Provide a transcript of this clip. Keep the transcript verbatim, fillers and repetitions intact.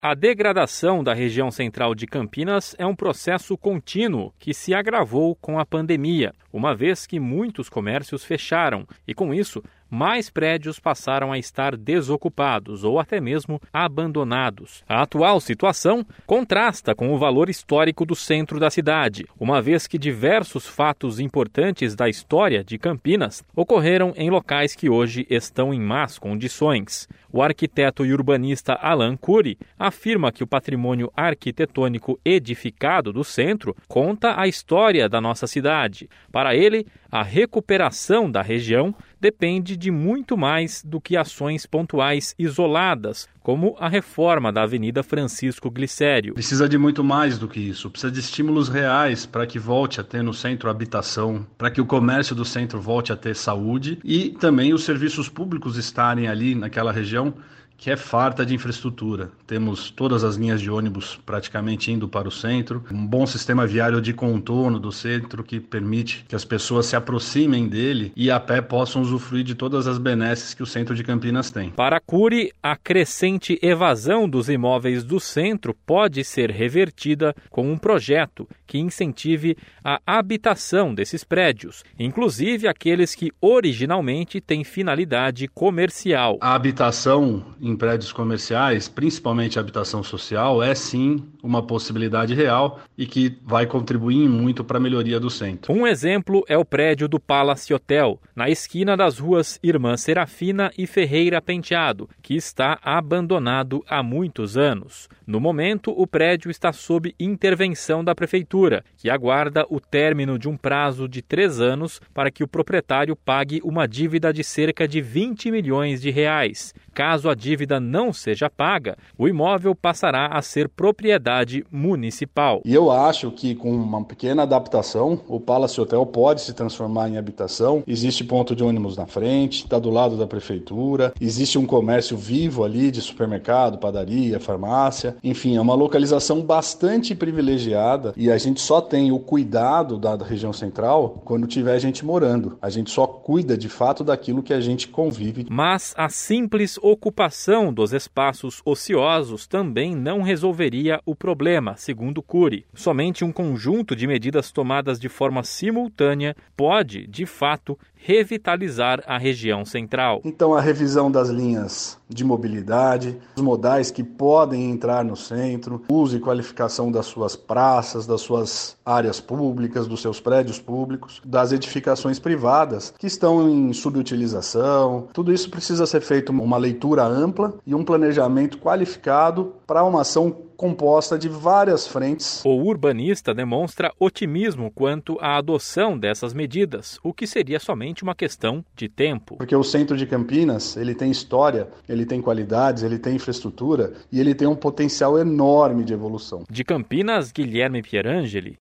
A degradação da região central de Campinas é um processo contínuo que se agravou com a pandemia, uma vez que muitos comércios fecharam e, com isso, mais prédios passaram a estar desocupados ou até mesmo abandonados. A atual situação contrasta com o valor histórico do centro da cidade, uma vez que diversos fatos importantes da história de Campinas ocorreram em locais que hoje estão em más condições. O arquiteto e urbanista Alan Curri afirma que o patrimônio arquitetônico edificado do centro conta a história da nossa cidade. Para ele, a recuperação da região depende de muito mais do que ações pontuais isoladas, como a reforma da Avenida Francisco Glicério. Precisa de muito mais do que isso, precisa de estímulos reais para que volte a ter no centro habitação, para que o comércio do centro volte a ter saúde e também os serviços públicos estarem ali naquela região que é farta de infraestrutura. Temos todas as linhas de ônibus praticamente indo para o centro, um bom sistema viário de contorno do centro que permite que as pessoas se aproximem dele e a pé possam usufruir de todas as benesses que o centro de Campinas tem. Para Curri, a crescente evasão dos imóveis do centro pode ser revertida com um projeto que incentive a habitação desses prédios, inclusive aqueles que originalmente têm finalidade comercial. A habitação em prédios comerciais, principalmente a habitação social, é sim uma possibilidade real e que vai contribuir muito para a melhoria do centro. Um exemplo é o prédio do Palace Hotel, na esquina das ruas Irmã Serafina e Ferreira Penteado, que está abandonado há muitos anos. No momento, o prédio está sob intervenção da prefeitura, que aguarda o término de um prazo de três anos para que o proprietário pague uma dívida de cerca de vinte milhões de reais. Caso a dívida não seja paga, o imóvel passará a ser propriedade municipal. E eu acho que com uma pequena adaptação, o Palace Hotel pode se transformar em habitação. Existe ponto de ônibus na frente, está do lado da prefeitura, existe um comércio vivo ali de supermercado, padaria, farmácia. Enfim, é uma localização bastante privilegiada e a gente só tem o cuidado da região central quando tiver gente morando. A gente só cuida de fato daquilo que a gente convive. Mas a simples ocupação dos espaços ociosos também não resolveria o problema, segundo Curri. Somente um conjunto de medidas tomadas de forma simultânea pode, de fato, revitalizar a região central. Então, a revisão das linhas de mobilidade, os modais que podem entrar no centro, uso e qualificação das suas praças, das suas áreas públicas, dos seus prédios públicos, das edificações privadas que estão em subutilização. Tudo isso precisa ser feito uma leitura ampla e um planejamento qualificado para uma ação composta de várias frentes. O urbanista demonstra otimismo quanto à adoção dessas medidas, o que seria somente uma questão de tempo. Porque o centro de Campinas, ele tem história, ele tem qualidades, ele tem infraestrutura e ele tem um potencial enorme de evolução. De Campinas, Guilherme Pierangeli.